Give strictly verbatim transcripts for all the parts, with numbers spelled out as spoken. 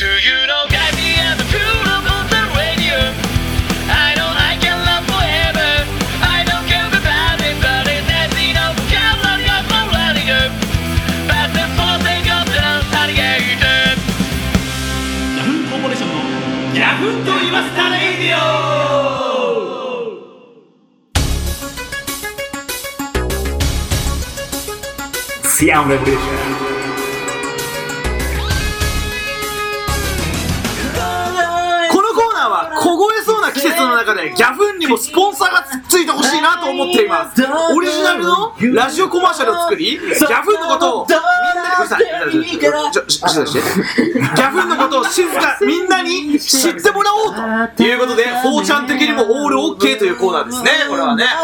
Do you know got me at the fuel of the radio? I know I can love forever. I don't care about it, but it has enough vocabulary of my radio. But the fourth thing of the alligator. ヤフンコーポレーションのヤフンと言わせたレイディオ。シアンレボリューション。 凍えそうな季節の中でギャフンにもスポンサーがついてほしいなと思っています。オリジナルのラジオコマーシャルを作り、ギャフンのことをみんなにうるさいちょ静かにしてギャフンのことを静かみんなに知ってもらおうということで、フォーちゃん的にもオールオッケーというコーナーですね。これはね、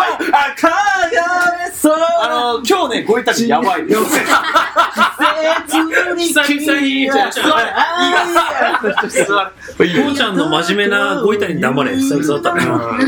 あの今日ねごいたちやばいです。 久々にじゃあ座れフォーちゃんの真面目なごいたに黙れ久々だったね。 本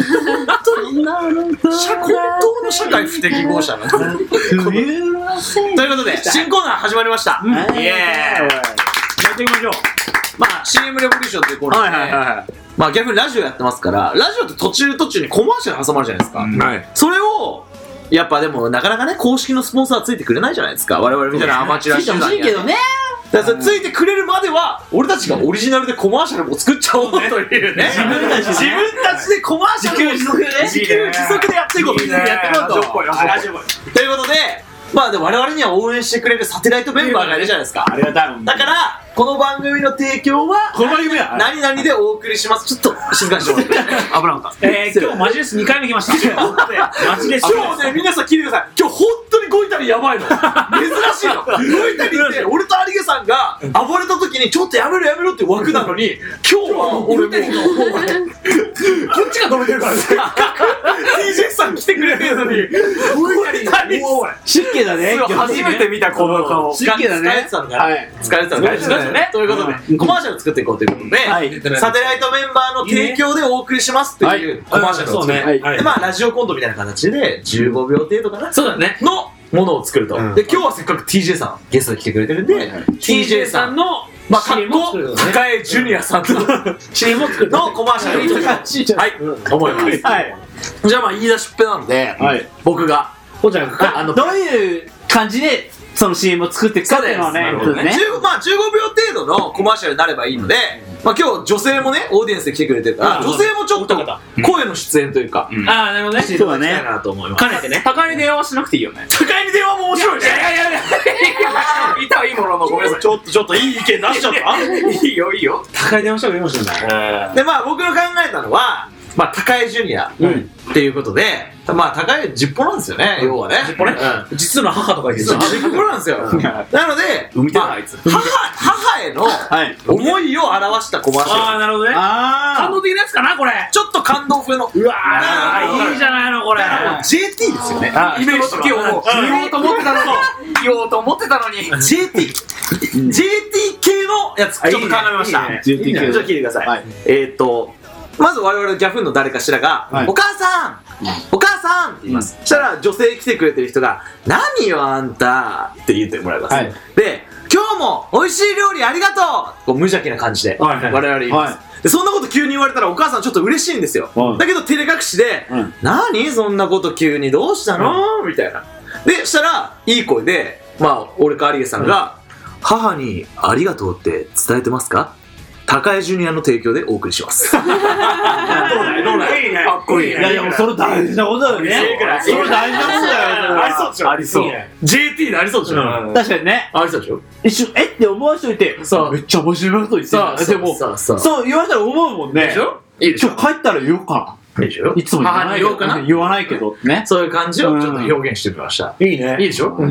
当の社会不適合者なんですということで新コーナー始まりました。イエーイやっていきましょう。 まあ シーエム レボリューションというコーナーで、はいはいはい、まあ逆にラジオやってますから、ラジオって途中途中にコマーシャル挟まるじゃないですか、うんはい、それをやっぱでもなかなかね公式のスポンサーついてくれないじゃないですか、我々みたいなアマチュア集団に。ついてほしいけどね。だからそれついてくれるまでは俺たちがオリジナルでコマーシャルも作っちゃおうというね、自分たち自分たちでコマーシャルを自給自足でやっていこう、やっていこうとということで、まあでも我々には応援してくれるサテライトメンバーがいるじゃないですか。ありがたい。だからこの番組の提供はこの番組は何々でお送りします。ちょっと静かにしてもらって危なかった。 えー、今日マジレスにかいめ来ました。マジレス今日ね、皆さん聞いてください。今日本当にゴイタリやばいの。珍しいの。ゴイタリって俺と有毛さんが暴れた時にちょっとやめろやめろって枠なのに、今日は俺もうこっちが止めてるからね。ティージェー さん来てくれてるのにゴイタリ湿気だね。 初めて見たこの顔。 湿気だね。 疲れてたのかな。疲れてたのかな。ということでコマーシャル作っていこうということで、サテライトメンバーの提供でお送りしますっていうコマーシャルを作る。でまあラジオコントみたいな形でじゅうごびょう程度かな。そうだね。のものを作ると。で今日はせっかく ティージェー さんゲストに来てくれてるんで、 ティージェー さんのまあ、かっこ高江ジュニアさんと シーエム を作るのコマーシャルにはい思います。じゃあまあ言い出しっぺなので僕がどういう感じでその シーエム を作っていくかっていうのはね、まあじゅうごびょう程度のコマーシャルになればいいので、まあ今日女性もねオーディエンスで来てくれてるから、女性もちょっと声の出演というか、ああなるほどね、していただきたいなと思います。兼ねてね、高いに電話はしなくていいよね。高いに電話も面白いね。いやいやいやいたはいいものの、ごめんなさい、ちょっとちょっといい意見出しちゃった。いいよいいよ、高い電話した方がいいかもしれない。でまあ僕の考えたのは、まあ高江ジュニアっていうことで、まあ高江ジッポなんですよね、要はね。ジッポね。実の母とか言ってた。ジッポなんですよ。なので、海手のあいつ。母母への思いを表したコマーシャル。ああなるほどね。感動的なやつかなこれ。ちょっと感動風の。うわーいいじゃないのこれ。ジェーティー ですよね。イメージ時をもう言おうと思ってたのに言おうと思ってたのに ジェーティー ジェーティー 系のやつちょっと考えました。ジェーティー 系。じゃあ聞いてください。えっとまず我々ギャフンの誰かしらが、はい、お母さん、うん、お母さんって言います、うん、そしたら女性来てくれてる人が何よあんたって言ってもらいます、はい、で今日も美味しい料理ありがとうこう無邪気な感じで、はい、我々言います、はい、でそんなこと急に言われたらお母さんちょっと嬉しいんですよ、はい、だけど照れ隠しで、うん、何そんなこと急にどうしたの、うん、みたいなでそしたらいい声でまあ俺か有毛さんが、うん、母にありがとうって伝えてますか高江ジュニアの提供でお送りします。どうだいどうだいいいねかっこいいね。いやいやもうそれ大事なことだよね。それ大事なことだよ。ありそうでしょ。ありそう。ジェーティー でありそうでしょ。確かにね。ありそうでしょ。一瞬えって思わしといて、めっちゃ面白いこと言ってる。でもそう言われたら思うもんね。でしょ。いいでしょ。今日帰ったら言おうかな。いいでしょ。いつも言わないけど言わないけどね。そういう感じをちょっと表現してみました。いいね。いいでしょ。はい。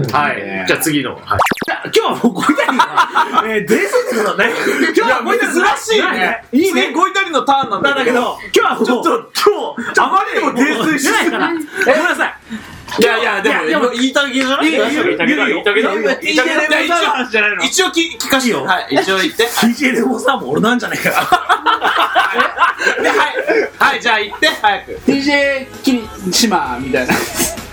じゃあ次の。今日はもうゴイタリがえー、伝説のね今日はゴイタリ珍しいねいいねゴイタリのターンなんだけど今日はちょっと今日あまりにも泥酔しすぎないごめんなさいいやいやでも言いたげじゃない言いたげだ言いたげだ言いたげだ一応聞かしてよはい一応言って ティージェー レモンさんも俺なんじゃないかはいはいじゃあ言って早く ティージェー キリシマみたいな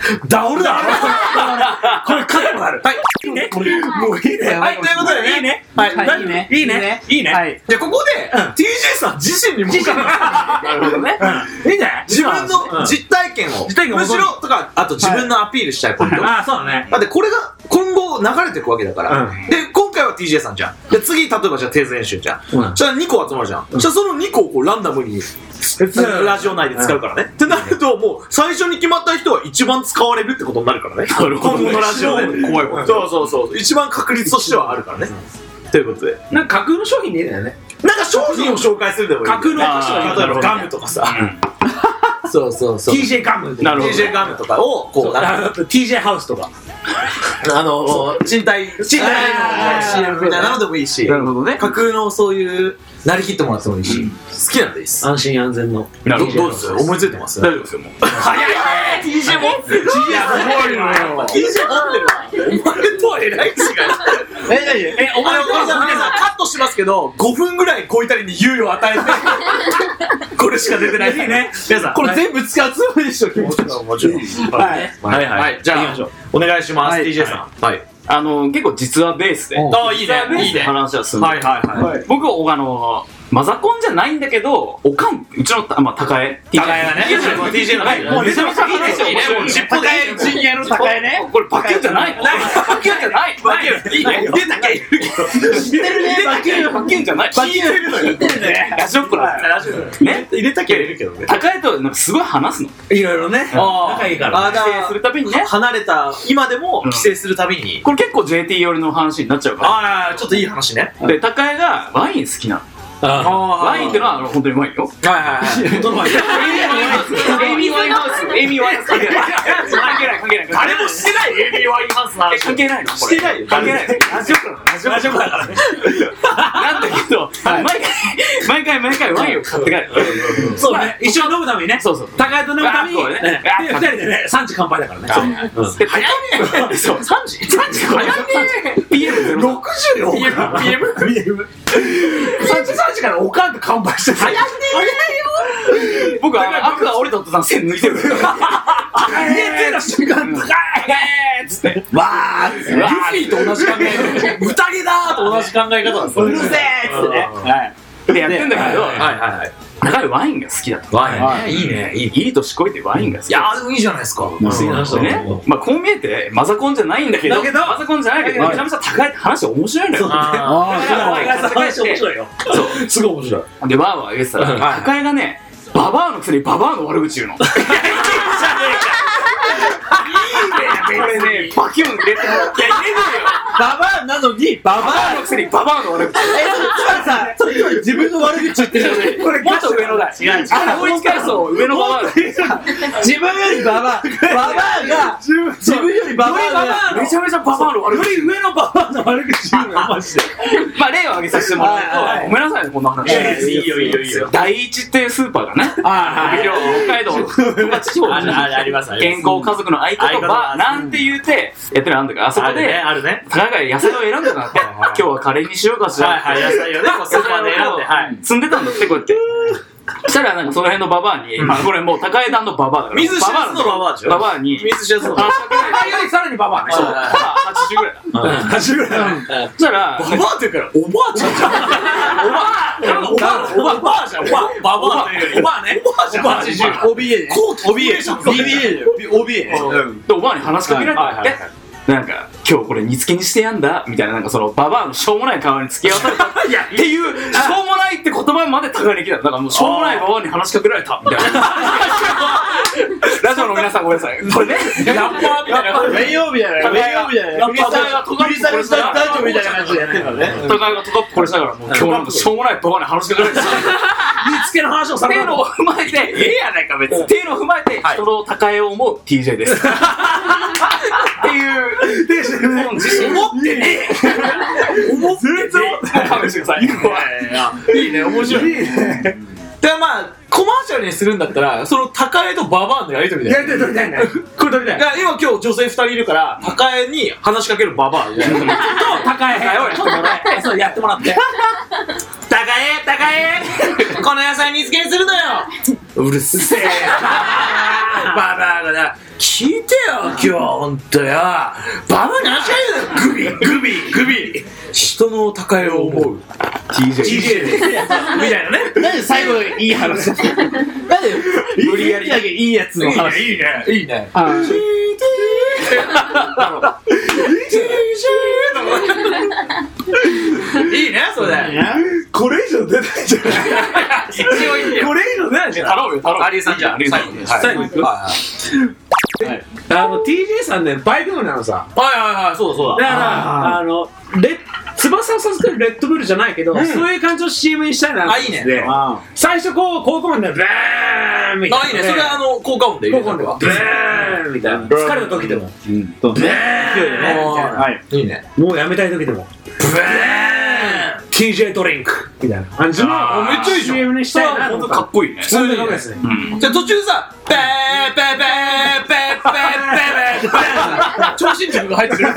ダオルだこれカットがある。はい。いいね。もういいね。 はい、ということでね。 いいね。 はい。 いいね。いいね。いいね。はい。 じゃあここで ティージェー さん自身に向かう。 なるほどね。いいんじゃない？ 自分の実体験を、むしろとか、あと自分のアピールしたいポイント。 ああ、そうだね。 だってこれが今後流れていくわけだから。で、今回は ティージェー さんじゃん。で、次、例えばじゃあテーズ練習じゃん。じゃあにこ集まるじゃん。じゃあそのにこをこうランダムにラジオ内で使うからね。ってなると、もう最初に決まった人は一番使われるってことになるからね。今後のラジオで。怖い怖い。そうそうそう。一番確率としてはあるからね。ということで。 なんか架空の商品でいいんだよね。 なんか商品を紹介するでもいい。架空の商品。例えばガムとかさ。そうそうそう。 ティージェー ガム。 なるほど。ティージェー ガムとかを、こう、ティージェー ハウスとか。 あの、賃貸、賃貸の シーエム みたいなのでもいいし。なるほどね。架空のそういう、なりきってもらってもいいし。好きなんでいいっす。 安心安全の。 どうです思いついてます大丈夫ですよ、もう。早いね ティージェー 持ってる ティージェー 持ってるわ ティージェー 持ってるわお前とはえらい違い。え、なにえ、お前お母さん、皆さんカットしますけど、ごふんぐらいこいたりに猶予を与えて、これしか出てないですね。皆さん、これ全部使うつもりでしょ、もちろん、もちろん。はいはいはい。じゃあ、お願いします、ティージェー さん。はい。 あの、結構実話ベースで。 ああ、いいね。 いいね。話はする。はいはいはい。僕、あの、マザコンじゃないんだけど、おかん、うちの、まあ、高江。 高江がね。ティージェー のね。もうめちゃめちゃ話が面白い。もう、尻尾で、陣営の高江ね。 これ、バキュンじゃないのバキュンじゃないバキュン。いいね。出たけいるけど。知ってるね。バキュン、バキュンじゃないバキュン。聞いてるね。ラジオっ子なんですよ。ラジオ。ね。入れたけいるけどね。高江と、なんかすごい話すの。 いろいろね。 仲いいから。帰省するたびにね。 離れた、今でも帰省するたびに。 これ結構 ジェーティー 寄りの話になっちゃうから。 ああ、ちょっといい話ね。 で、高江がワイン好きなの。ワインってのは本当にうまいよ。はいはいはい。本当にうまい。エイミーワインハウス。エイミーワインハウス。関係ない。関係ない関係ない。誰もしてない。エイミーワインハウスの話。関係ないの。してないよ。関係ない。ラジオからラジオラジオからね。なんだけど毎回毎回毎回ワインを買って帰る。 そうね。一緒に飲むためにね。そうそう。高江と飲むためにね。で二人でね三時乾杯だからね。 で早いね。そう三時三時早いね。ピーエムろくじゅうよ。ピーエム ピーエム ピーエム さんじさんじからおかんと乾杯して早いね早いよ。僕はアクが降りた途端線抜いてるから手の瞬間高いっつってわールフィと同じ考え方宴だーと同じ考え方なんですよ。うるせーっつってね。 はいでやってんだけどはいはいはい高いワインが好きだと。 ワインねいいねいいいい年こいてワインが好き。 いやーでもいいじゃないですか。 不思議な話だね。まあこう見えてマザコンじゃないんだけどマザコンじゃないけどめちゃめちゃ高いって話面白いのよ。 ああ話面白いよ。そうすごい面白い。 でワーワー言ってたら高井がねババアのくせにババアの悪口言うの。いいじゃねえか。いいねこれねバキュン入れてもらって。いや入れるよ。 ババアなのにババアのくせにババアの悪口。 えさそれ自分の悪口言ってる。 これもっと上のだ。違う違う。あれ追いつかれそう上のババア。 自分よりババアババアが自分よりババアがめちゃめちゃババアの悪口。 より上のババアの悪口言うのマジで。 まあ例を挙げさせてもらうとごめんなさいねこんな話。 いいよいいよいいよ。 第一っていうスーパーがね。北海道十勝地方あります健康家族の合言葉なんて言うてやってるんだからあそこで高井が野菜を選んでたんだって。今日はカレーにしようかしら。はいはい野菜をねスーパーで選んで積んでたんだってこうやって。そしたらなんかその辺のババアに、まあこれもう高江団のババアだから。 水シャツのババアでしょ。 ババアに。 水シャツのババア。 さらにババアね。そう。はちじゅうぐらいだ。 はちじゅうぐらい。 そしたら、 ババアって言うからおばあちゃんじゃん。おばあ、おばあ、おばあじゃん。おばあ、ババアというより。おばあね。おばあじゃん。はちじゅう。オービーエー。後期。オービーエーじゃん。オービーエー。オービーエー。 で、おばあに話しかけられたんだって。なんか今日これ煮付けにしてやんだみたいななんかそのババアのしょうもない顔に付き合わされたっていうしょうもないって言葉まで高いできた。だからもうしょうもないババアに話しかけられたみたいな。ラジオの皆さんごめんなさいこれねラッパーみたいなメイ曜日じゃないメイ曜日じゃないラッパーがトカリされた男女みたいな感じじゃないからね。 高いがトカップこれしたからもう今日なんかしょうもないババアに話しかけられて煮付けの話をされたっていうのを踏まえてええやないか別にっていうのを踏まえて人の高江を思う ティージェー ですっていう思ってねえ思ってねえ勘弁してください。 いいね面白い。いいね。でまあコマーシャルにするんだったらその高江とババアのやりとりだよ。やりとりたいね。これ撮りたい。今今日女性ふたりいるから高江に話しかけるババアと高江をやってもらってそうやってもらって高江高江この野菜煮付けにするのよ。うるせえなバがな、聞いてよ今日ほんとよ。ババ何しゃ言うの。グビグビグビ人の高いを思う ティージェー ティージェー でみたいなね。 なんで最後いい話なんで無理やりだけいいやつの話。 いいねいいね。いいねそれ。 これ以上出ないんじゃない。 一応いいよ。 これ以上出ないんじゃない。 頼むよ頼む。アリエさんじゃあ最後いく。あの ティージェー さんねバイク乗りなのさ。 はいはいはいそうだそうだ。 だからあのレ翼を授けるレッドブルじゃないけど、そういう感じの シーエム にしたいなってで、最初こう高校までブーンみたいな。 あいいねそれはあの効果音で高校までブーンみたいな。疲れた時でもブーンみたいな。 いいね。 もうやめたい時でもブーン ティージェー ドリンクみたいな感じのめっちゃいいじゃん。 シーエム にしたいな。 本当かっこいいね。 普通にかっこいいですね。 じゃあ途中さペーペーペーペーペーペーペー超新塾が入ってくる。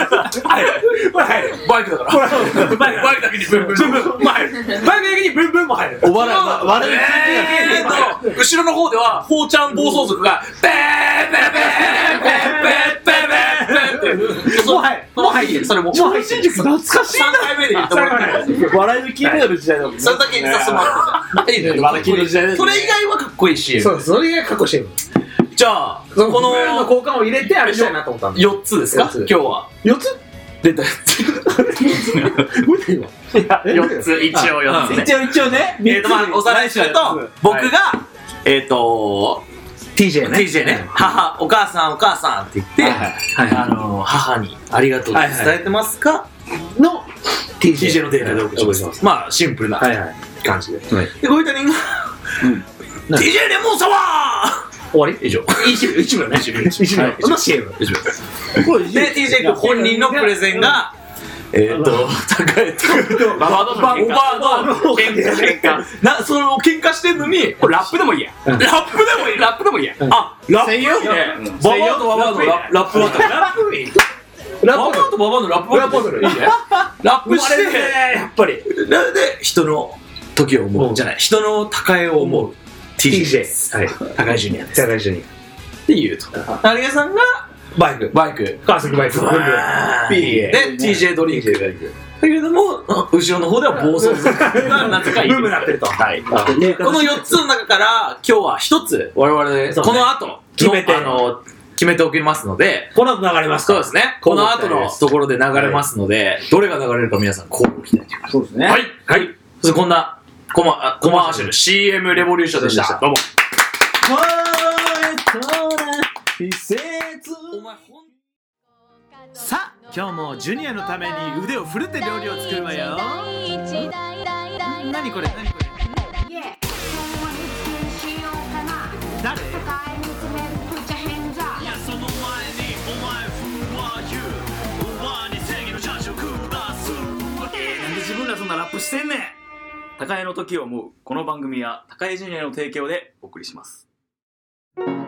バイクだからバイクだけにブンブンブンブンも入る。 バイクだけにブンブンも入る。 お笑い笑い後ろの方ではホーちゃん暴走族がペーペーペーペーペーペーペーペーもう入るもう入る。それも超新塾懐かしい。 さんかいめで言ってもらって笑いの金メダル時代だもん。 それだけさせてもらっていいね。 笑いの時代。 それ以外はかっこいいし。 そうそれ以外かっこいいし。 じゃあこの交換を入れてあれしたいなと思ったんで。 よっつですか今日は。 よっつ出たよっつ。よっつ一応よっつね。 一応一応ね。 えっとまあおさらいすると僕がえっとティージェー ねティージェー ね母お母さんお母さんって言ってあの母にありがとうって伝えてますかのティージェー のデータでお送りします。まあシンプルな感じで。でゴイタリンが ティージェー レモンサワー終わり以上。一部一部ね。一部一部一部の シーエム。で ティージェー 君本人のプレゼンがえっと高いとババのおばあの喧嘩なその喧嘩してんのにこれラップでもいいや。ラップでもいいラップでもいいや。あラップよ。ババとババのラップバトル。ラップいい。ババとババのラップバトルいいね。ラップしてやっぱりなんで人の時を思うじゃない人の高いを思う。ティージェー はい、高井ジュニアです。高井ジュニアっていうと有賀さんがバイクバイク川崎バイクブンブンで ティージェー ドリンクだけども後ろの方では暴走族がなぜかいいブンブンなってると。はいこのよっつの中から今日はひとつ我々でこの後決めてあの決めておきますのでこの後流れます。 そうですねこの後のところで流れますのでどれが流れるか皆さんこうご期待ください。 そうですね。 はいはいそしてこんなコマコマーシャル シーエム レボリューションでした。どうも。 さあ今日もジュニアのために腕を振るって料理を作るわよ。何これ何これ誰？いやその前にお前フーはユーお前に正義のチャージを下す。なんで自分らそんなラップしてんねん。 高江の時を思うこの番組は高江ジュニアの提供でお送りします。 という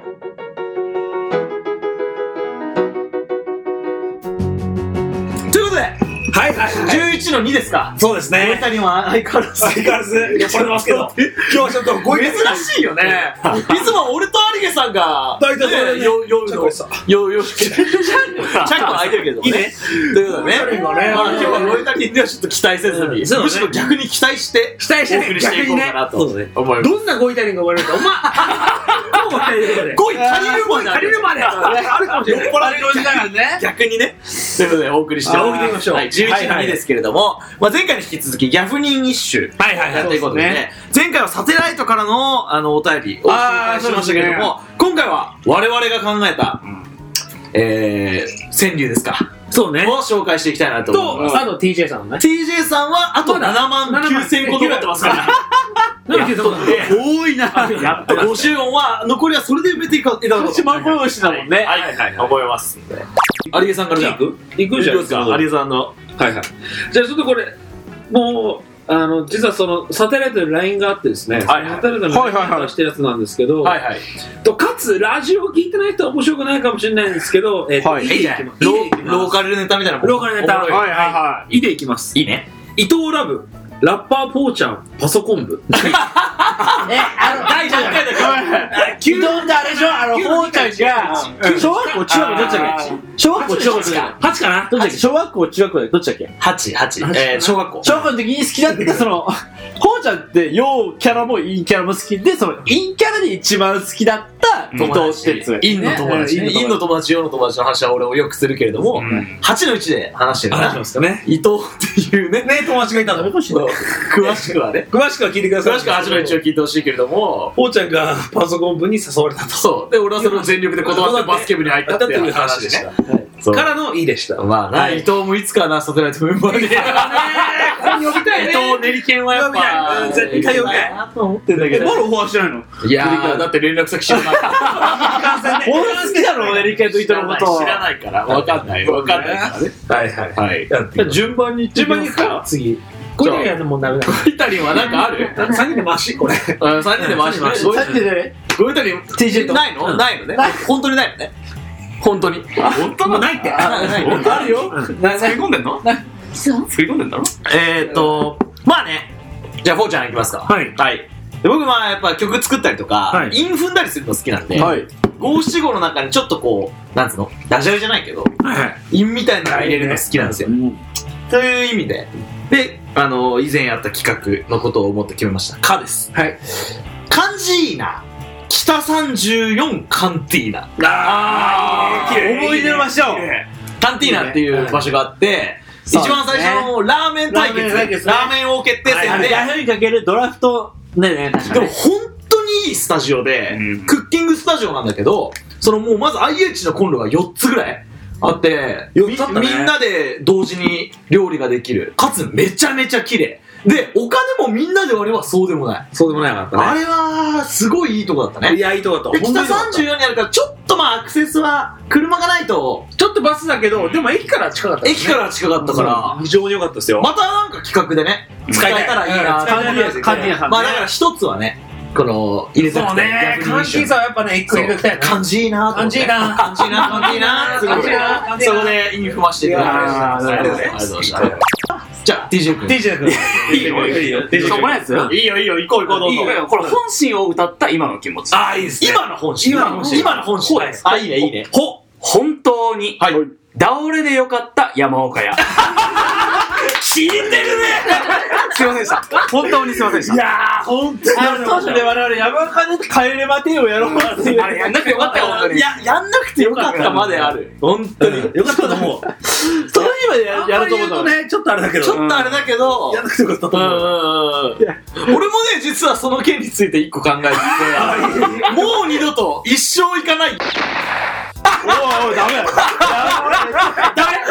ことではいはいじゅういちのにですか。 そうですね。 俺たちは相変わらず相変わらず酔っ払ってますけど今日はちょっとご珍しいよね。いつも俺と有賀さんが大体そうねよよよよよチャック開いてるけどいいね。 ということでね今日はロイタリンではちょっと期待せずにむしろ逆に期待して期待してお送りしていこうかなと思います。 どんなご遺体に生まれるかお前ごい足りるまで足りるまであるかもしれない。 酔っ払ってる時間がね逆にねということでお送りしてお送りしましょう。じゅういちのにですけれども前回に引き続きギャフ人一首やっていこうということで前回はサテライトからのあのお便りを紹介しましたけれども今回は我々が考えたえー川柳ですかそうねを紹介していきたいなと思います。 とあと ティージェー さんもねティージェー さんはあとななまんきゅうせん個残ってますから多いな。募集音は残りはそれで埋めていかいただこうと。 万個牛だもんね。 はいはいはい覚えますんで有賀さんからじゃあ行く行くじゃないですか。有賀さんのはいはいじゃあちょっとこれもうあの実はそのサテライトで ライン があってですね、 はいはい、 サテライトの ライン からしてるやつなんですけど、 はいはい、 とかつラジオを聞いてない人は面白くないかもしれないんですけど、えーはい、いいねローカルネタみたいなローカルネタはいはいはいいでいきます。 いいね。 伊藤ラブラッパーポーちゃんパソコン部あのだいじゃん急にあれでしょ、あのほうちゃんが小学校中学校どっちだっけ、小学校中学校はちかな、どっちだっけ、小学校中学校どっちだっけ、 はち、はち、えー、小学校小学校の時に好きだったそのほうちゃんって陽キャラも陰キャラも好きで、その陰キャラで一番好きだった伊藤哲陰の友達、陰の友達、陽の友達の話は俺をよくするけれども、はちのうちで話してるから伊藤っていうね友達がいたんだね、 詳しくはね詳しくは聞いてください。 詳しくははちのうちを聞いてほしいけれども、 ほうちゃんがパソコン部に誘われたと。 そうで、俺はそれを全力で断ってバスケ部に入ったっていう話でねからのいいでした。 まあな、伊藤もいつかな、サテライトメンバーにここに呼びたいね。伊藤練り犬はやっぱ絶対呼びたいなと思ってんだけど、まだオファーしてないの。 いやー、だって連絡先知らない俺好きだろ、練り犬と伊藤のこと知らないから分かんない分かんないからね。はいはいはい、順番に順番にいくか次。 ゴリタリンはもうダメだ。 ゴリタリンはなんかある？ さんにんで回しこれ。さんにんで回します。 さんにんでゴリタリン ティージェー ないの？ないのね。本当にないのね。本当に。 本当にないって。 あるよ。作り込んでんの？作り込んでんだろ？えーっとまあね。じゃあフォーちゃんいきますか。はいはい。僕まあやっぱ曲作ったりとか韻踏んだりするの好きなんで。五七五の中にちょっとこうなんつうのダジャレじゃないけど韻みたいなの入れるの好きなんですよ。という意味で。で、あのー、以前やった企画のことを思って決めました。かです。はい。カンジーナ、北さんじゅうよんカンティーナ。あー、いいね。思い出の場所。カンティーナっていう場所があって、一番最初のラーメン対決、ラーメン王決定戦で、ヤフーにかけるドラフトね、ね、確かに。でも本当にいいスタジオで、クッキングスタジオなんだけど、そのもうまず アイエイチ のコンロがよっつぐらいあって、みんなで同時に料理ができる。かつめちゃめちゃ綺麗。で、お金もみんなで割ればそうでもない。 そうでもないかったね。 あれは、すごいいいとこだったね。 いや、いいとこだった。 で、北さんじゅうよんにあるから、ちょっとまあアクセスは、車がないと。 ちょっとバスだけど、でも駅から近かった。 駅から近かったから。 非常に良かったですよ。 またなんか企画でね、使えたらいいな。 使えたらいいですね。 まあだから一つはね、この入れてそうね、カンジーさんはやっぱね、一個入れてきたいな。 カンジーな、 カンジーな、 カンジーな、カンジーな、カンジーな、そこでインフマしていただきました。ありがとうございました。じゃあ、ティージェー 君。 ティージェー 君。いいよ、いいよ。 しょうもないやついいよ、いいよ、行こう行こう、どうぞ。 これ本心を歌った今の気持ち。 ああ、いいですね。今の本心。今の本心。今の本心。あ、いいね、いいね。 ほ、本当に。はい。倒れでよかった山岡屋。 聞いてるね。 すいませんでした。本当にすいませんでした。 いやー、本当に。当初で我々山岡で帰れまてをやろうっていう。 あれやんなくてよかったよ、本当に。 いや、やんなくてよかったまである。本当に。 よかったと思う。その日までやると思うとね、ちょっとあれだけど。 ちょっとあれだけど。 やんなくてよかったと思う。 俺もね、実はその件について一個考えてて、もう二度と一生行かない。 おいおい、ダメだよ。ダメ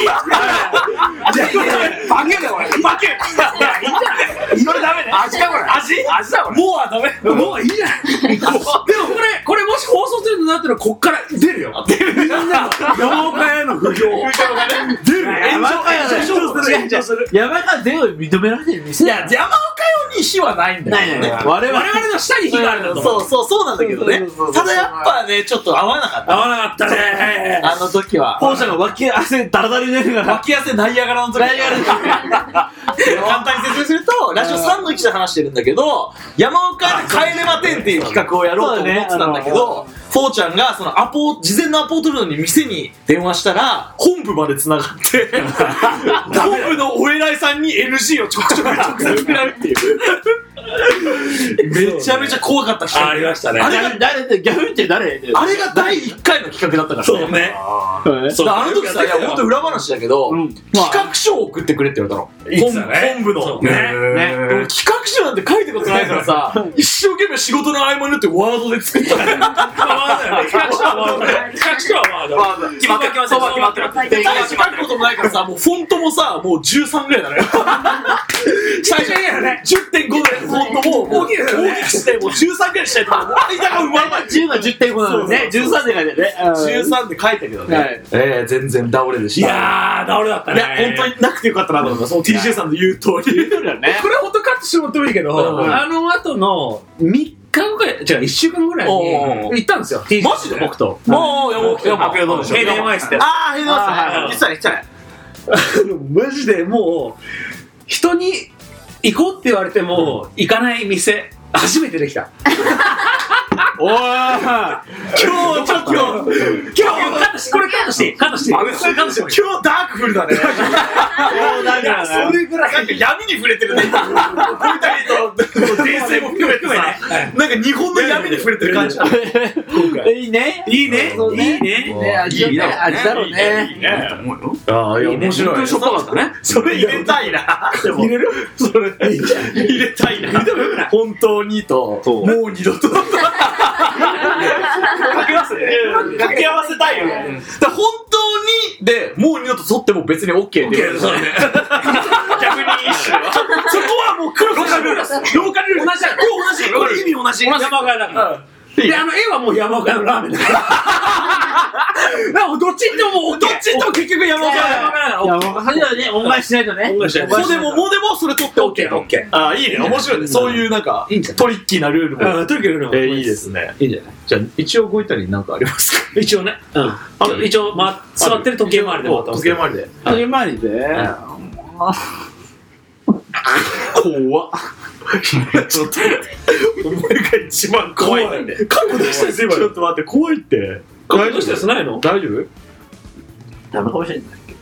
バケだよ、俺。バケ。いや、いいんじゃないそれダメね。 味か、これ。 味味だ、これ。もうはダメ。 もういいじゃない。でもこれ、これもし放送するとなったら、こっから出るよ。出る。みんなの山岡屋の不評。出る。山岡屋で。山岡屋全部認められてる店。 いや、山岡屋に火はないんだよ。 ないない。我々の下に火があるんだと。 そうそう、そうなんだけどね。ただやっぱね、ちょっと合わなかった。 合わなかったね。 あの時は。 本社の脇汗ダラダラに出るから。 脇汗ナイアガラの時。ナイアガラの時。簡単に説明すると、ラジオさんのいちで話してるんだけど、山岡で帰れまてんっていう企画をやろうと思ってたんだけど、フォーちゃんがそのアポ、事前のアポを取るのに店に電話したら、本部まで繋がって、本部のお偉いさんに エヌジー をちょくちょく直接送られるっていう。めちゃめちゃ怖かった人。 ありましたね。 あれが誰、ギャフンって誰あれがだいいっかいの企画だったからね。 そうね。 あの時さ、いや、ほんと裏話だけど、企画書を送ってくれって言われたの。本部の。ね。企画書なんて書いたことないからさ、一生懸命仕事の合間によってワードで作ったの。企画書はワード。企画書はワード。 決まってる、決まってる。 大して書くこともないからさ、もうフォントもさ、もうじゅうさんぐらいだね。最初にね、じゅってんごぐらいのフォントも、大きくして、もうじゅうさんぐらいしたいと思う。間が埋まらない。 じゅうがじゅってんごなんですね。じゅうさんで書いてね。 じゅうさんで書いたけどね。ええ、全然倒れでした。 いやー、倒れだったね。 いや、本当になくてよかったなと思った。その ティージェー さんの言う通り。言う通りだね。 これ本当カットしてもらってもいいけど、あの後のみっかごくらい、違う、いっしゅうかんぐらいに行ったんですよ。 マジで僕と。 もう、山岡屋どうでしょう。 ヘイデンワイスって。 あー、ヘイデンワイス。言ってたね、言ってたね。 マジでもう、人に行こうって言われても、行かない店。あ初めてできた。おー今日ちょっと今日カットしてこれカットしてカットしてこれカットして今日ダークフルだね。 もうだからそれぐらいなんか闇に触れてるね。ボイタリーと電線も含めてさ、なんか日本の闇に触れてる感じ。 いいねいいねいいね味だろうね。 ああいや面白い。 しょっぱかったね。 それ入れたいな。 入れるそれ入れたいな。本当にともう二度と。掛け合わせ掛け合わせたいよね。本当にでもう二度と取っても別に OK って言われる。逆に一種はそこはもうクロスルールです。ローカルルール同じだ。同じ。これ意味同じ。山岡屋だから。 であの絵はもう山岡屋のラーメンだから。でもどっちにもどっちにも結局山岡屋だから。山岡屋だね。恩返ししないとね。 もでももでもそれ取って OK と OK。ああいいね面白いね。そういうなんかトリッキーなルールも。 トリッキーなルールもいいですね。 いいんじゃない。 じゃあ一応ごいたりなんかありますか。 一応ね。うん。一応ま座ってる時計回りで。 時計回りで。 時計回りで。怖っ。 ちょっとお前が一番怖いんで。 覚悟出したやつ今。 ちょっと待って怖いって。 覚悟出したやつないの？ 大丈夫？ ダメかもしれない。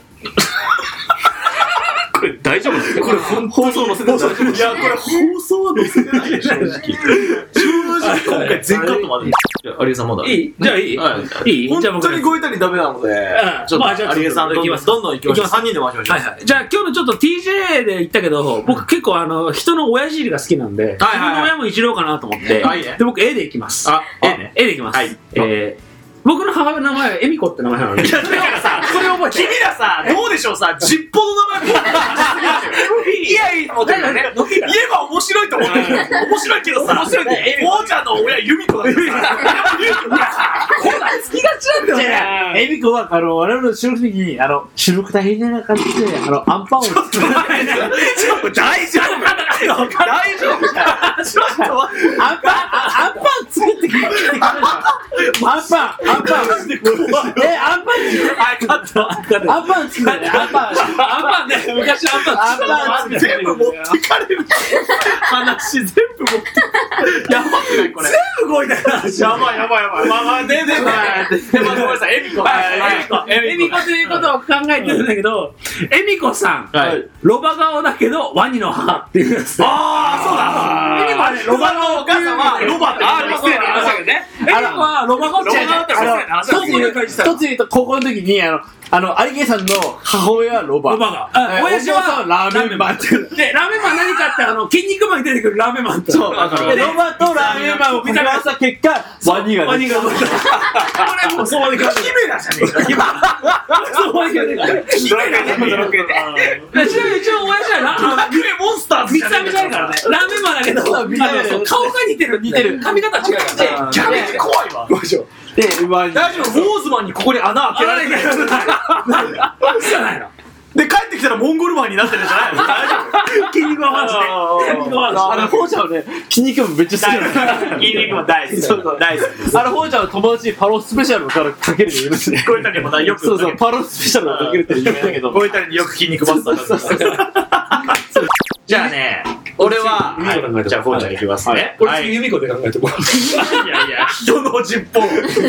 これ大丈夫ですか？これ放送載せて大丈夫ですか？ いやこれ放送は載せてないよ正直。正直今回全カットまで。有江さんまだ。 いい？じゃあいい？いい？ 本当にごいたりダメなので。ちょっと有江さんどんどんどんどん行きましょう。三人で回しましょう。 はいはい。じゃあ今日のちょっと ティージェー で言ったけど、僕結構あの人の親父が好きなんで、自分の親もいじろうかなと思って、で僕 A でいきます。 あ、A ね。 A でいきます。はい。えー僕の母親の名前は恵美子って名前なので。 いやだからさ、それ覚えて。君らさ、どうでしょうさ、ジッポの名前いやいや、もうだからね、言えば面白いと思う。面白いけどさ、面白いね。王ちゃんの親由美子だからさ。 こんな好きがちなんだよね。恵美子はあの我々の収録的にあの収録大変な感じであのアンパンを作って大丈夫大丈夫ちょっとアンパンアンパン作ってきてアンパンアンパンえアンパンはいカットアンパン作ってアンパンアンパンね昔アンパンアンパン全部持ってかれる話全部持ってやばくないこれ全部動いたからやばいやばいやばいまあまあ全然ごめんなさい恵美子恵美子ということを考えてるんだけど恵美子さんロバ顔だけどワニの母っていうんです。 ああそうだ恵美子はねロバのお母さんはロバってああ失礼な話だけどね。 恵美子はロバ顔って一つ言うと高校の時にあのあの有毛さんの母親はロバ。ロバが。親父はラーメンマンって。でラーメンマン何かってあの筋肉マンに出てくるラーメンマンと。そう。でロバとラーメンマンを組み合わせた結果ワニが。ワニが。これもうそうまでか。キメラじゃねえか。今。そうまでかねえか。キメラじゃねえか。ちなみに一応親父はラーメンモンスターズじゃねえからね。ラーメンマンだけど顔が似てる似てる。髪型違うから。 キャベツ怖いわ。 で、大丈夫、ウォーズマンにここに穴開けられてるじゃないの。 で、帰ってきたらモンゴルマンになってるんじゃないの大丈夫筋肉マンマジで。筋肉マンあの、ほうちゃんはね、筋肉マンめっちゃ好きなの。 筋肉マン大好き。大好き。 あの、ほうちゃんの友達にパロスペシャルからかけるって言うんですね。 ゴイタリにもよく。 そうそう、パロスペシャルをかけるって言うんだけど。 ゴイタリによく筋肉マスターじゃあね、俺は、じゃあ、フォーちゃんいきますね。 これ次、由美子で考えてもらう。 いやいや、人の尻尾。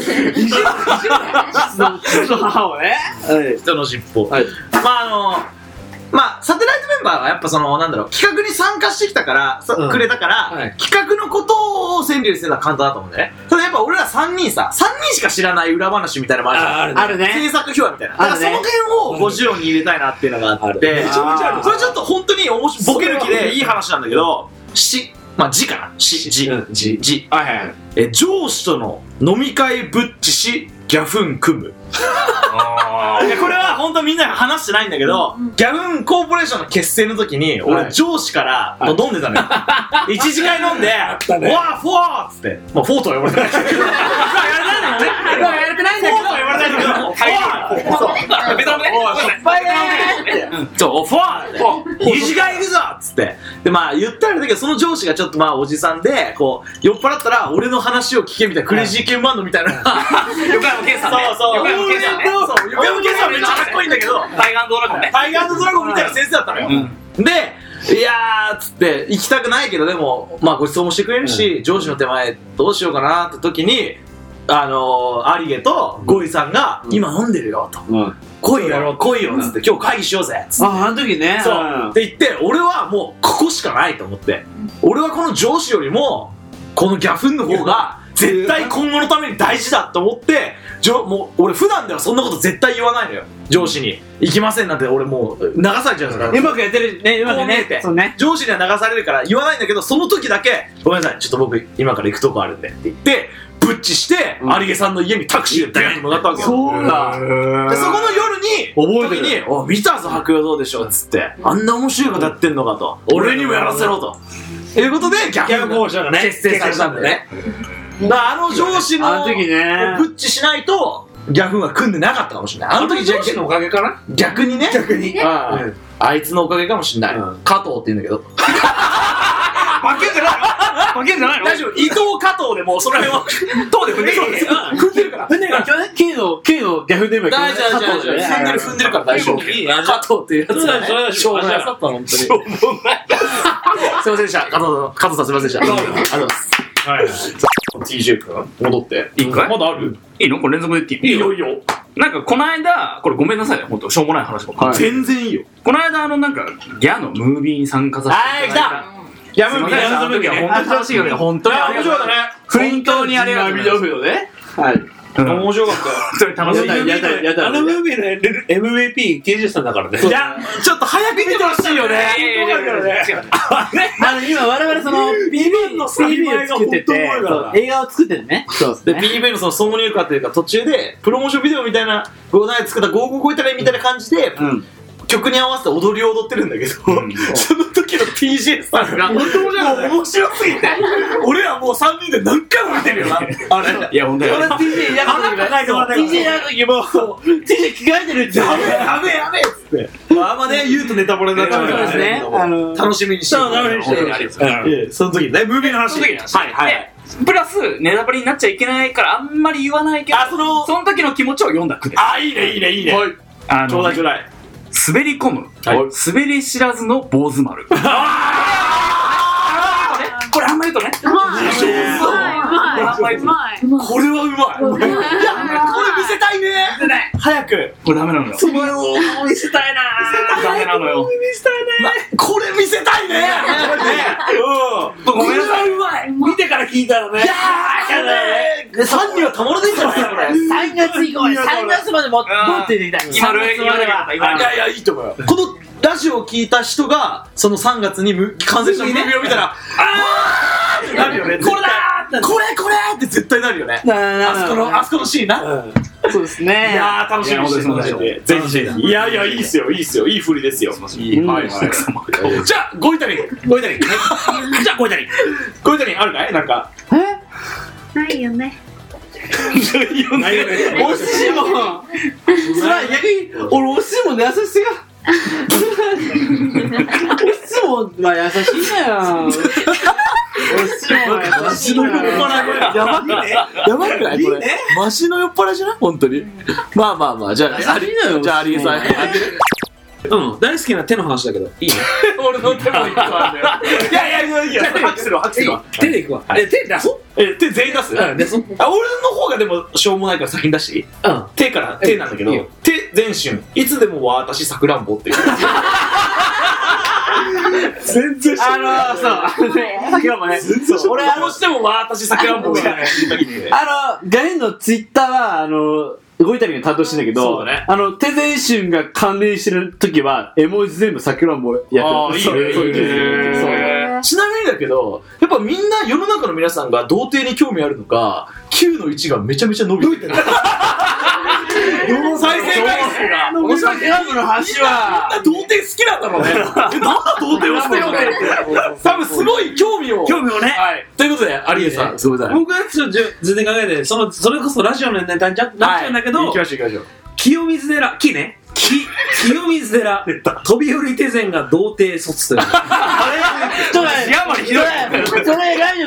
人の母をね。 人の尻尾。まあ、あの、まあ、サテライトメンバーはやっぱその、なんだろう、企画に参加してきたから、くれたから、企画のことを川柳するのは簡単だと思うんだよね。ただやっぱ俺らさんにんさ、さんにんしか知らない裏話みたいなのもあるじゃん。あるね。あるね。制作秘話みたいな。だからその辺をごじろうに入れたいなっていうのがあって、めちゃめちゃある。それちょっと本当に面白い、ボケ抜きでいい話なんだけど、し、まあ、字かなし、字、字、字。はいはいはい。え、上司との飲み会ぶっちし、ギャフン組む。いやこれは本当みんなが話してないんだけど、ギャフンコーポレーションの結成の時に俺上司から飲んでたのよ。一次会飲んで「わあフォー!」っつって、まあフォーとは呼ばれてないけど、言われてないんだけど、フォーとは言われてないんだけど、フォー、そうベトナムね、そうフォー、二次会行くぞっつって、でまあ言ったらだけど、その上司がちょっとまあおじさんで、こう酔っ払ったら俺の話を聞けみたいなクレイジーケンバンドみたいな、横山健さんね、そうそう横山健さんね、そう横山健さんめっちゃかっこいいんだけど、タイガー&ドラゴンね、タイガー&ドラゴンみたいな先生だったのよ。でいやーっつって行きたくないけどでもまあご馳走もしてくれるし、うん、上司の手前どうしようかなって時にあのー、アリゲとゴイさんが、うん、今飲んでるよと、うん、来いよ来いよっつって、うん、今日会議しようぜっつって、 ああの時ねそう、うん、って言って俺はもうここしかないと思って、うん、俺はこの上司よりもこのギャフンの方が絶対今後のために大事だと思ってもう俺普段ではそんなこと絶対言わないのよ上司に行きませんなんて俺もう流されちゃうんですからうまくやってるねうまくねってね上司には流されるから言わないんだけどその時だけごめんなさいちょっと僕今から行くとこあるんでって言ってブッチして、うん、有毛さんの家にタクシーでダーンと向かったわけよそうだでそこの夜に覚えてる時にお見たぞ白夜どうでしょうっつってあんな面白いことやってんのかと俺にもやらせろということで逆交渉がね結成されたんだねだからあの上司のあの時ねブッチしないとギャフンは組んでなかったかもしれないあの時上司のおかげかな逆にね逆にあ, あ,、うん、あいつのおかげかもしれない、うん、加藤って言うんだけど負けんじゃないの負けんじゃないの大丈夫伊藤加藤でもうその辺は藤で踏んでる踏んでるから踏んでるから K の K のギャフンネーム大丈夫大丈夫踏んでる踏んでるから大丈夫加藤っていうやつがねしょうもない本当にしょうもないすいませんでした加藤加藤さんすいませんでしたありがとうございますはい ティージェー 君戻っていいかいまだあるいいのこれ連続で言っていいいいよいいよなんかこの間これごめんなさいね本当しょうもない話ばっかり全然いいよこの間あのなんかギャのムービーに参加させていただいたギャムービーやった時は本当に楽しいよね本当に面白かったね本当にありがとうございますねはい面白かったよそれ楽しいあのムービーの エムブイピー ケージさんだからねいやちょっと早く見てほしいよねあの今我々その ピーブイ の ピーブイ を作ってて映画を作ってるねで ピーブイ のその挿入歌というか途中でプロモーションビデオみたいなゴーナイ作ったゴーゴー超えたらみたいな感じで曲に合わせて踊りを踊ってるんだけど、うん、その時の ティージェー さんが本当じゃない面白すぎて俺らもうさんにんで何回も見てるよなあれいや本当に俺 ティージェー やる時ないと ティージェー やる時も ティージェー 着替えてるってやべえやべえやべえっつってまああんまね言うとネタバレになっちゃうからそうですね楽しみにしてるその時ねムービーの話はいはいプラスネタバレになっちゃいけないからあんまり言わないけどそのその時の気持ちを読んだ句ですあいいねいいねいいねあのちょうだいちょうだい滑り込む、はい、滑り知らずの坊主丸これあんま言うとねうまいうまいうまいこれはうまいいやこれ見せたいね早くこれダメなのよその見せたいなダメなのよ見せたいねこれ見せたいねうんごめんなさいうまい見てから聞いたらねいやーさんにはたまらないんじゃないこれさんがつ以降さんがつまで持ってていきたい今の今のいやいやいいと思うよこのラジオを聞いた人がそのさんがつに完成したムービーを見たらあーってなるよねこれだーこれこれって絶対なるよねあそこのあそこのシーンなそうですねいやー楽しみにしてくださいぜひぜひいやいやいいっすよいいっすよいい振りですよいいはいはいじゃあゴイタリンゴイタリンじゃあゴイタリンゴイタリンあるかいなんかえないよねないよねお寿司もつらい逆に俺お寿司も優しさがお寿司もまあ優しいんだよお寿司も優しいんだよやばくないやばくないこれマシの酔っ払いじゃない本当にまあまあまあじゃあじゃあ有吉さんうん大好きな手の話だけどいいね俺の手もいっぱいあるんだよいやいやいやいや拍手するわ拍手するわ手でいくわえ手出そうえ手全員出すうん出そう俺の方がでもしょうもないから先に出していいうん手から手なんだけど手全春いつでも私さくらんぼっていう全然あのそうあのねさくらんぼね俺どうしても私さくらんぼがねあのガレンのツイッターはあの動いたりが担当してんだけど、ね、あの手前春が関連してる時は絵文字全部さくらんぼやってる。ああいいねいいね。ちなみにだけどやっぱみんな世の中の皆さんが童貞に興味あるのかきゅうのいちがめちゃめちゃ伸びてる再生回数がこのさくらんぼの話はみんな童貞好きなんだろうねなんだ童貞を捨てようって多分すごい興味を興味をね、 はい、ということで有吉さんすごいさ僕はちょっと全然考えてそのそれこそラジオのネタになっちゃうんだけど、 行きましょう行きましょう清水寺木ねき清水寺飛び降り手前が童貞卒というあれちょっとねひどいそれラジオ聞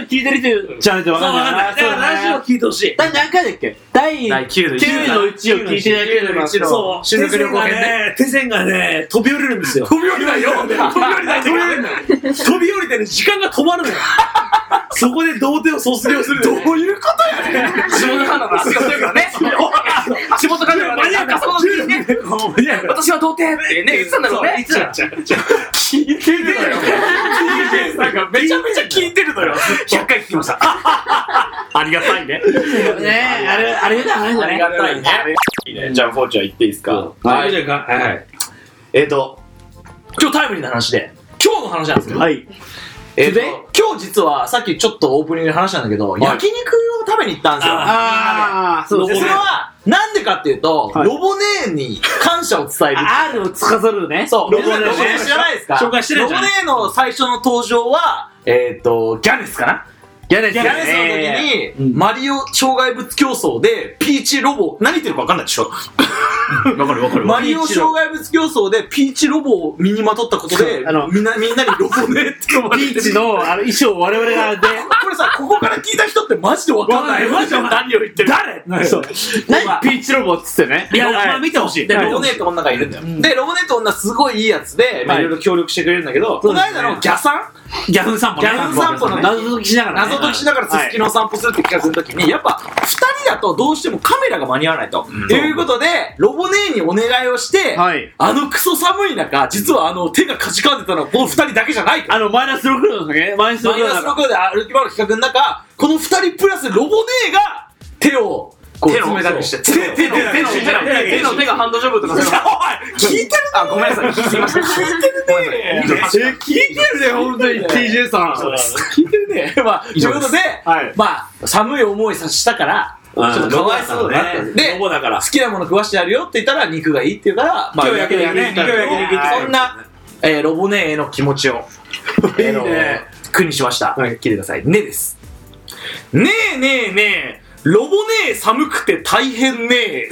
聞いてる人じゃないと分かんない。だからラジオ聞いてほしい。第何回だっけ？第きゅうのいちを聞いていただければ。そう。修学旅行編ね。手線がね、飛び降りるんですよ。飛び降りないよ。飛び降りない。飛び降りない。飛び降りてね、時間が止まるのよ。そこで童貞を卒業する。どういうことやねん。 仕事感の話がするからね。仕事感の話がその時にね、私は童貞ってね、言ってたんだろうね。 聞いてるのよ。なんかめちゃめちゃ聞いてるのよ。 ひゃっかい聞きました。 ありがたいね。 ねえ、あれ、あれだ、あれだね。 ありがたいね。いいね。じゃあ、フォーチャー言っていいですか？ はい。はい。 えっと、今日タイムリーな話で、今日の話なんですけど、 はい。 えっと、今日実はさっきちょっとオープニングで話したんだけど、焼肉を食べに行ったんですよ。 ああ、そうですね。 それは、なんでかっていうと、ロボネーに感謝を伝える。 R を司るね。 そう。ロボネー知らないですか？ 紹介してるロボネーの最初の登場は、えっと、ギャネスかな？ ギャネスギャネスの時に、マリオ障害物競争で、ピーチロボ、何言ってるか分かんないでしょ？ わかるわかる。 マリオ障害物競争で、ピーチロボを身にまとったことで、あのみんな、みんなにロボネって呼ばれてる。 ピーチのあの衣装を我々がで、 これさ、ここから聞いた人ってマジで分かんない。マジで何を言ってる。 誰？そう。何ピーチロボっつってね。 いや、まあ見てほしい。で、ロボネって女がいるんだよ。で、ロボネって女すごいいいやつで、いろいろ協力してくれるんだけど、この間のギャさんギャフン散歩ギャフン散歩の謎解きしながら謎解きしながらすすきの散歩するって企画の時に、やっぱふたりだとどうしてもカメラが間に合わないということで、ロボネーにお願いをして、あのクソ寒い中、実はあの手がかじかんでたのはこのふたりだけじゃないと。 あのマイナスろくどの時ね、マイナスろくどで歩き回る企画の中、このふたりプラスロボネーが手をこう冷たくして、手の手の手の手の手がハンドジョブとか。 聞いてる？ あ、ごめんなさい。聞きました。 聞いてるね。 聞いてるね、本当に ティージェー さん。 聞いてるね。まあということで、まあ寒い思いさせたから。ちょっとかわいそうだなって。で、好きなもの食わしてやるよって言ったら肉がいいって言うから、今日焼肉ね。今日焼肉。そんなロボネーへの気持ちを句にしました。聞いてください。ねです。ねえねえねえ。ロボネー寒くて大変ねえ。ね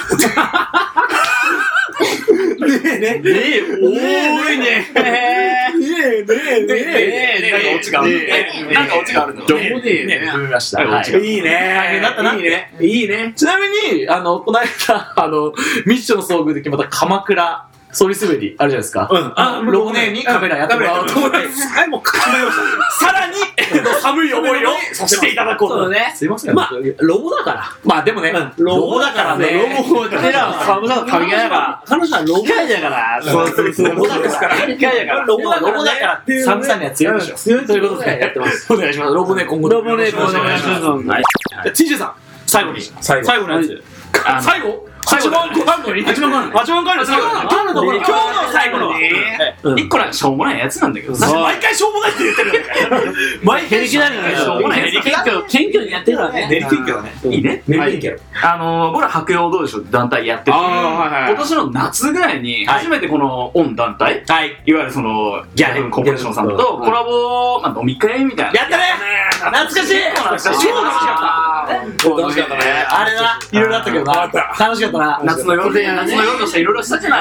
えねえ。ねえ、多いね。ねえねえねえねえ。なんかオチがある。なんかオチがあるの。ロボネーね。読みました。いいね。大変だったな。いいね。いいね。ちなみに、あの、この間、あの、ミッションの遭遇で決まった鎌倉、ソリ滑りあるじゃないですか。うん。あ、ロボネーにカメラやってもらおうと思って。はい、もう決まりました。さらに、寒い思いをさせていただこうと。そうね。すいません。まあ、ロボだから。まあでもね、ロボだからね。ロボってら寒さの関係ないから。彼女はロボだから。そうそうそう。ロボだから。機械だから。ロボだから。寒さには強いでしょ。強いということでやってます。お願いします。ロボネー今後。ロボネーお願いします。はい。ティージェー さん、最後に。最後のやつ。最後はちまんごはんのにはちまんごはんのにはちまんごはんのに今日のところ今日の最後の一個なんかしょうもないやつなんだけどさ、毎回しょうもないって言ってるんだよ。毎回しょうもない。謙虚にやってるからね。練り謙虚だね。いいね。練り謙虚。あの僕ら白洋道場団体やってて、今年の夏ぐらいに初めてこのオン団体、いわゆるそのギャルコンポジションさんとコラボ飲み会みたいな。やったね。懐かしい。懐かしい。超楽しかった。楽しかったね。あれないろいろあったけどな。楽しかった。夏の夜で夏の夜としていろいろしたじゃない。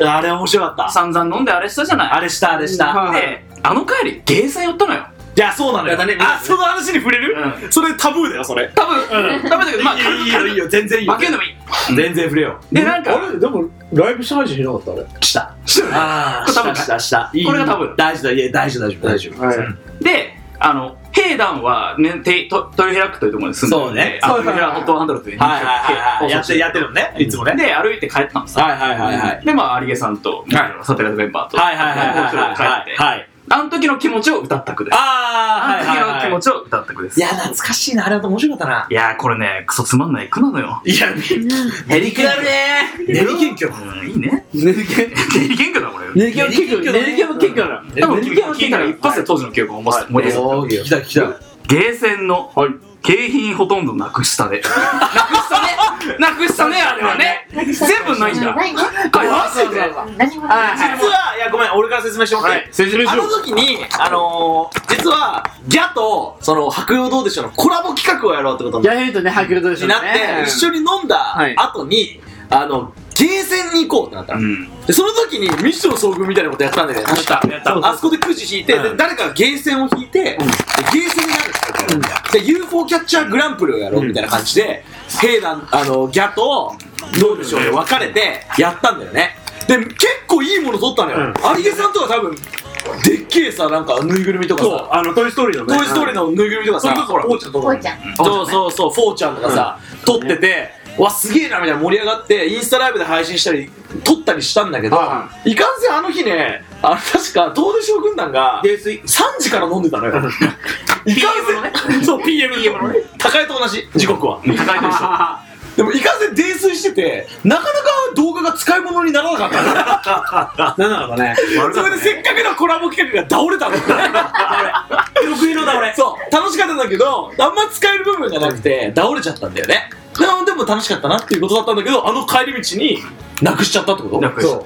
あれ面白かった。散々飲んであれしたじゃない。あれしたあれした。で、あの帰りゲーセン寄ったのよ。いやそうなのよ。あ、その話に触れる？それタブーだよそれ。タブー。タブーだけどまあいいよいいよ全然いいよ。負けんでもいい。全然触れよう。でなんかあれでもライブ配信しなかったあれ。した。ああしたしたした。これがタブー。大丈夫だいや大丈夫大丈夫大丈夫。で。あの、平団は、ね、てと豊平区というところに住んでるんで、そうね。豊平ホットハンドルという。はいはいはい。やって、やってるのね。いつもね。で、歩いて帰ったんですよ。はいはいはいはい。で、まあ、有毛さんと、サテライトメンバーと、はいはいはいはい。帰って。はい。あの時の気持ちを歌った句です。ああ、あの時の気持ちを歌った句です。いや、懐かしいな。あれは面白かったな。いや、これね、クソつまんない句なのよ。いや、練り謙虚だね。練り謙虚。いいね。練り謙虚だ、これ。練り謙虚。練り謙虚だ。多分、聞いたら一発で当時の記憶を思い出す。聞きたい、聞きたい。ゲーセンの景品ほとんどなくしたね。なくしたね。なくしたね、あれはね。全部ないんだ。マジで。実は、いや、ごめん、俺から説明してもらって。説明しよう。あの時に、あの、実は、ギャと、その、白洋どうでしょうのコラボ企画をやろうってことになって。ギャヘイとね、白洋どうでしょうになって、一緒に飲んだ後に、あの、ゲーセンに行こうってなったの、うん、でその時にミッション遭遇みたいなことやったんだよね。確かあそこでくじ引いて、うん、で誰かがゲーセンを引いて、うん、でゲーセンになるってで ユーフォー キャッチャーグランプリをやろうみたいな感じで、兵団あのギャとどうでしょうで分かれてやったんだよね。で結構いいもの取ったのよ。有毛さんとか多分でっけえさ、なんかぬいぐるみとかさ、 そうあのトイストーリーのね、 トイストーリーのぬいぐるみとかさ、 ほら、フォーちゃんとか、 こうちゃん。 そうそうそう、フォーちゃんとかさ、撮ってて、わすげえなみたいな盛り上がってインスタライブで配信したり撮ったりしたんだけど、いかんせんあの日ね、あの確か東出将軍団がさんじから飲んでたのよ。いかんせんそう ピーエム のね、高江と同じ時刻は高江と一緒。でもいかんせん泥酔してて、なかなか動画が使い物にならなかったなんなのかね。 それでせっかくのコラボ企画が倒れたんだよね。 得意の倒れ。 そう楽しかったんだけど、あんま使える部分がなくて倒れちゃったんだよね。でもでも楽しかったなっていうことだったんだけど、あの帰り道になくしちゃったってこと？ なくしちゃった。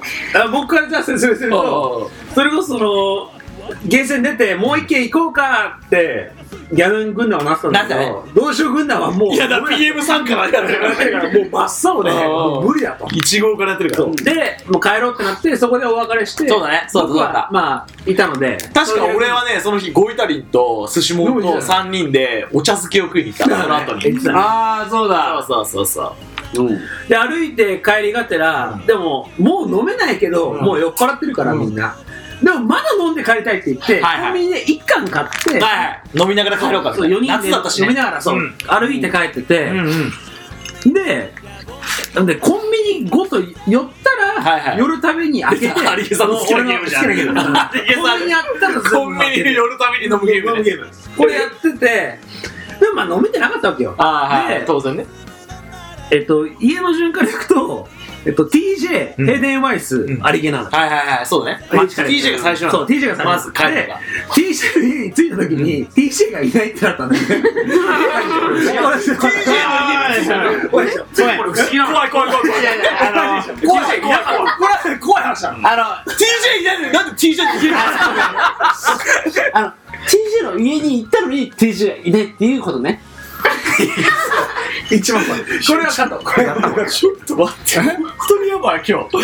僕からじゃあ説明すると、それこそそのゲーセン出てもう一軒行こうかってギャルン軍団はなってたんだけど、同志軍団はもういやだ ピーエム さんからやってるからもう真っ青でもう無理だと。 いち号からやってるからでもう帰ろうってなって、そこでお別れして、 そうだね、そうだったまあいたので、 確か俺はねその日ゴイタリンと寿司モンとさんにんでお茶漬けを食いに行ったその後に。 ああそうだ。 そうそうそううん、で歩いて帰りがてら、うん、でももう飲めないけど、うん、もう酔っ払ってるから、うん、みんなでもまだ飲んで帰りたいって言って、はいはい、コンビニでいっかん買って、はいはい、 飲みながら帰ろうかみたいな。 よにんで飲みながらそう、うん、歩いて帰ってて、うんうん、ででコンビニごと寄ったら、はいはい、寄るたびに開けて有毛さんの好きなゲームじゃん。 コンビニやったらコンビニに寄るたびに飲むゲーム、ね、ゲームこれやってて、でもまあ飲めてなかったわけよ。 あで、はい、当然ね。 えっと、家の順から行くと、えっと、ティージェー、うん、ヘデンワイス、うん、アリゲナーはいはいはい、そうだね。ティージェー が最初なの。 そう、ティージェー が最初。 まず帰るか。 ティージェー の家に着いた時に、うん、ティージェー がいないってなったんだよね。ティージェー の家に怖い怖い怖い怖い。いやいや、あの、怖い怖い怖い話なの。あの、 ティージェー いないのになんで ティージェー って言えるの？ あの、ティージェー の家に行ったのに ティージェー がいないっていうことね。 一番怖い。これはカット。これはちょっと待って。本当にやばい今日。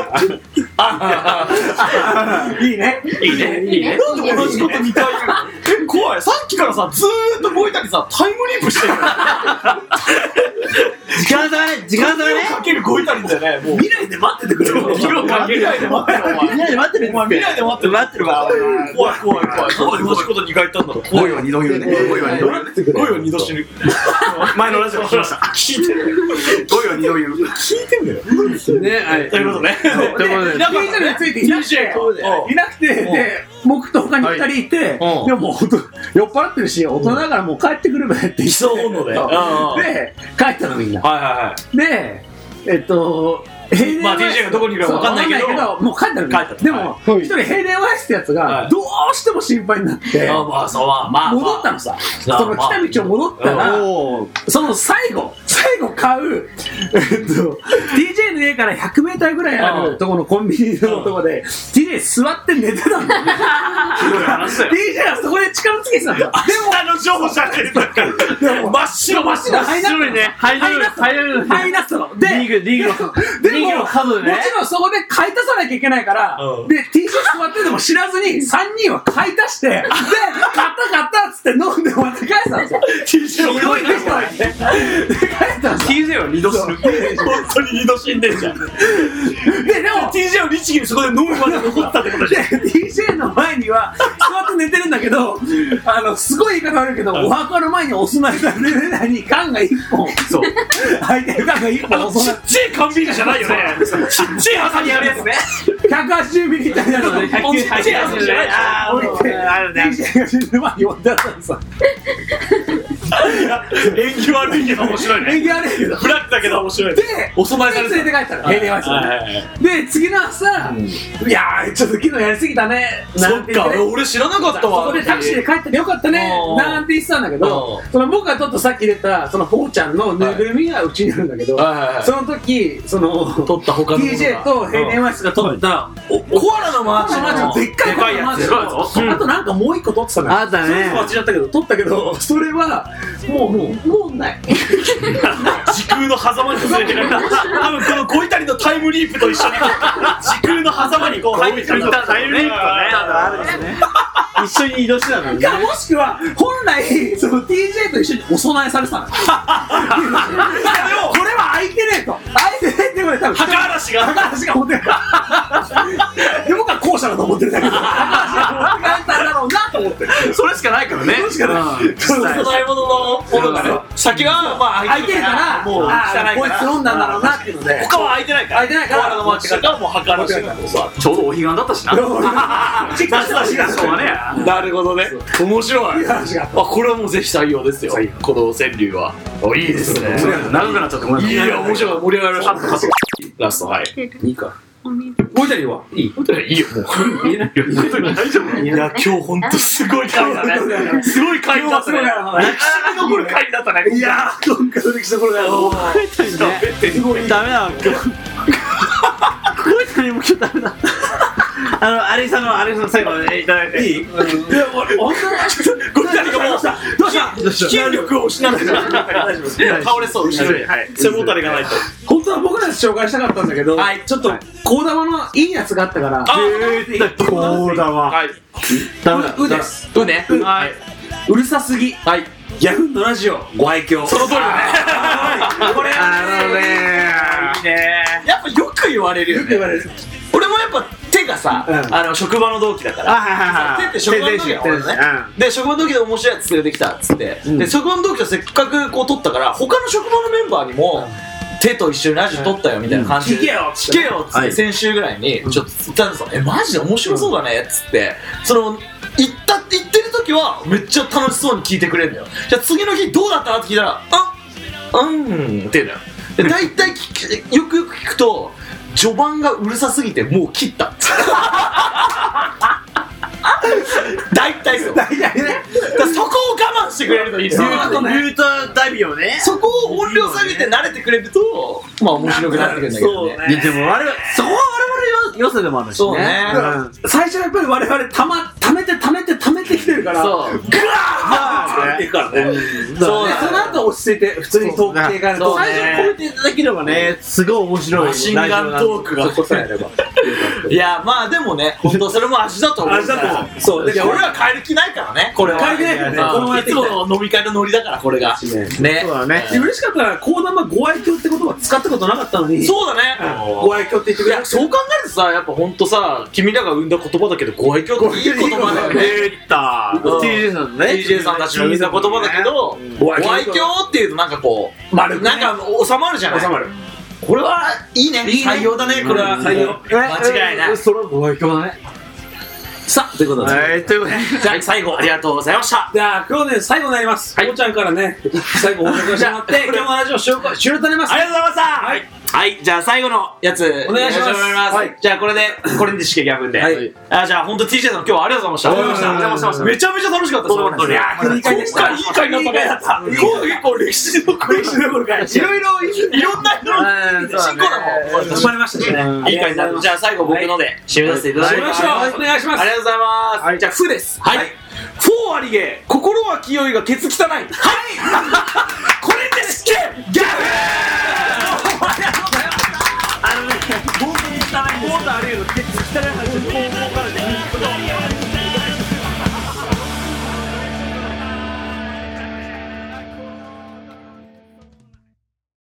いいね。いいね。いいね。 なんで同じことにかい言うの？え、怖い。さっきからさ、ずーっと動いたりさ、タイムリープしてる。 時間差がね、時間差がね。 かける動いたりだよね。もう未来で待っててくれる。 未来で待ってる。 未来で待ってる。 お前未来で待ってる。待ってるわ。怖い怖い怖い。なんで同じことにかい言ったんだろう。 恋は二度言うね。恋は二度言う。 恋は二度死ぬ。前のラジオ聞きました。聞いてる。 恋は二度言う。 聞いてんだよ。 ね、はい。 ということね。 ということで、ティージェー についていなくて、いなくて、で、僕と他に二人いて、でももう酔っ払ってるし、大人だからもう帰ってくるべって言って、 そうので、 で、帰ったのみんな。 はいはいはい。 で、えっと、 まあ ティージェー がどこにいるか分かんないけど、 もう帰ったの。帰った。でも、一人ヘイデンワイスってやつが、どうしても心配になって、戻ったのさ。その来た道を戻ったら、その最後、最後買う、えっと、ティージェー の家からひゃくメーターぐらいあるところのコンビニのところで、ティージェー 座って寝てたんだよ。 ひどい話だよ。 ティージェー はそこで力つけてたんだよ。 でも、あの情報じゃねえんだから。真っ白真っ白。 ハイナッハイナットの。で、 リーグ、リーグの。でも、もちろんそこで買い足さなきゃいけないから、うん、で、T シャツ座ってでも知らずにさんにんは買い足して、で、買った買ったっつって飲んでまた帰ったんですよ。 T シャツひどいでしたね。で、帰ったんですよ。 ティージェー は二度死ぬ。本当に二度死んでんじゃん。で、 でもティージェー は律儀にそこで飲むまで残ったってことでしょ。 で、ティージェー の前には座って寝てるんだけど、あの、すごい言い方悪いけど、お墓の前にお供えされる間に缶が一本、そう。空いてる缶が一本お供え。 ちっちゃい缶ビールじゃないよね。ちっちゃいハサミやるやつね。 ひゃくはちじゅうミリリッターなので、ちっちゃいハサミじゃない。あー、置いて、あるね。ティージェー が死ぬ前に終わったらさ。 縁起悪いけど面白いね。 縁起悪いけど。 フラッグだけど面白い。 で、 お供えされて連れて帰ったの。ヘイデンワイスで、次の朝、いやー、ちょっと昨日やりすぎたね。 そっか、俺知らなかったわ。 そこでタクシーで帰っててよかったね。なんて言ってたんだけど、その僕がちょっとさっき出た、そのフォーちゃんのぬいぐるみがうちにあるんだけど、その時、その、 撮った他のティージェー とヘイデンワイスが撮ったコアラのマーチのでっかいやつ、あとなんかもう一個撮ってたのよ。 あったね。 忘れちゃったけど撮ったけど、それはもうもうもうない。 時空の狭間に崩れてる。多分このゴイタリのタイムリープと一緒に時空の狭間にこう入ってる。 タイムリープね。あるんですね。 一緒に移動してたのか、もしくは本来その ティージェー と一緒にお供えされてたの。これは空いてねえと、空いてねえってこれ多分墓嵐が墓嵐が持ってるで僕は後者だと思ってるんだけど、墓嵐が持って帰ったんだろうなと思ってそれしかないからね。 それしかないお供え物のものがね、先はまあ空いてるからもう汚いからこいつ飲んだんだろうなっていうので、 他は空いてないから空いてないから小原の町がもう墓嵐がちょうどお彼岸だったしな。 チェックしてほしいな。 しょうがねえや。 なるほどね。面白い。あ、これはもうぜひ採用ですよ。この川柳は。いいですね。 長くなっちゃってごめんなさい。 いや、面白い。盛り上がりました。ラスト、はい。 いいか。もう一人はいい。 いいよ、もう。言えないよ。大丈夫。いや、今日ほんとすごい回だね。すごい回だったね。歴史に残る回だったね。いやー、今回の歴史のこれだよ。すごい。ダメだ、今日。こいつにも今日ダメだ。あの、アレイさんの、アレイさんの最後までいただいて。いい？いや、俺、本当に、これ何かもう、どうした筋力を失ってる。倒れそう、後ろに。背もたれがないと。 本当は僕らで紹介したかったんだけど、ちょっと、コーダマのいいやつがあったから。 コーダマ。はい。 ダメだ。うです。 うね。はい。 うるさすぎ。はい。ヤフーのラジオ、ご愛嬌。 その通りだね。これ、あのね、いいね。やっぱよく言われるよね。よく言われる。俺もやっぱ手がさ、あの職場の同期だから、手って職場の同期だからね。で職場の同期で面白いやつ連れてきたっつって、で職場の同期とせっかくこう撮ったから他の職場のメンバーにも手と一緒にラジオ撮ったよみたいな感じで、聞けよ聞けよっつって先週ぐらいにちょっと言ったんですよ。えマジで面白そうだねっつって、その行ったって言ってる時はめっちゃ楽しそうに聞いてくれるんだよ。じゃあ次の日どうだったなって聞いたら、あうんって言うんだよ。で大体よくよく聞くと序盤がうるさすぎてもう切った大体そう。大体ね。そこを我慢してくれるといいですよ。ミュートダビをね。そこを音量下げて慣れてくれるとまあ面白くなってくるんだけどね。 でも我々そこは我々の良さでもあるしね。そうね。最初はやっぱり我々たま溜めて溜めて溜めてきてるから。そう。グワーっていくからね。そう。その後落ち着いて普通にトーク系が最初に込めていただければね、すごい面白い。 マシンガントークが答えれば。いやまあでもね、本当それも味だと思う。味だと思う。そう。いや俺は変える気ないからね。これは。変える気ないからね。この前いつもの飲み会のノリだからこれが。ね。そうだね。 嬉しかったらコーダマご愛嬌って言葉使ったことなかったのに。 そうだね。ご愛嬌って言ってくれ。そう考えるとさ、やっぱ本当さ、君らが生んだ言葉だけどご愛嬌っていい言葉だよね。出た。ティージェー さんね。ティージェー さんたちの生んだ言葉だけど、ご愛嬌っていうとなんかこうなんか収まるじゃない。収まる。これはいいね。採用だね。これは採用。間違いない。 それはご愛嬌だね。さあということで、 はいということで、じゃあ最後ありがとうございました。 じゃあ今日ね最後になります。こうちゃんからね最後お願いしてもらって今日のラジオ終了となります。 ありがとうございました。はいはいじゃあ最後のやつお願いします。 じゃあこれでこれで刺激あるんで、あじゃあ本当 ティージェー さん今日はありがとうございました。ありがとうございました。めちゃめちゃ楽しかったです。本当に。いやいい回でした。いい回だったね。今日結構歴史の歴史の回。いろいろいろんな人進行だもん。 生まれましたね。 いい回になる。じゃあ最後僕ので締めさせていただきましょう。お願いします。ありがとうございます。じゃあフです。はい。フォーありげ心は清いがケツ汚い。はい。これですけギャフ。あのね、本当に汚いんです。本当ありがとう。ケツ汚い話。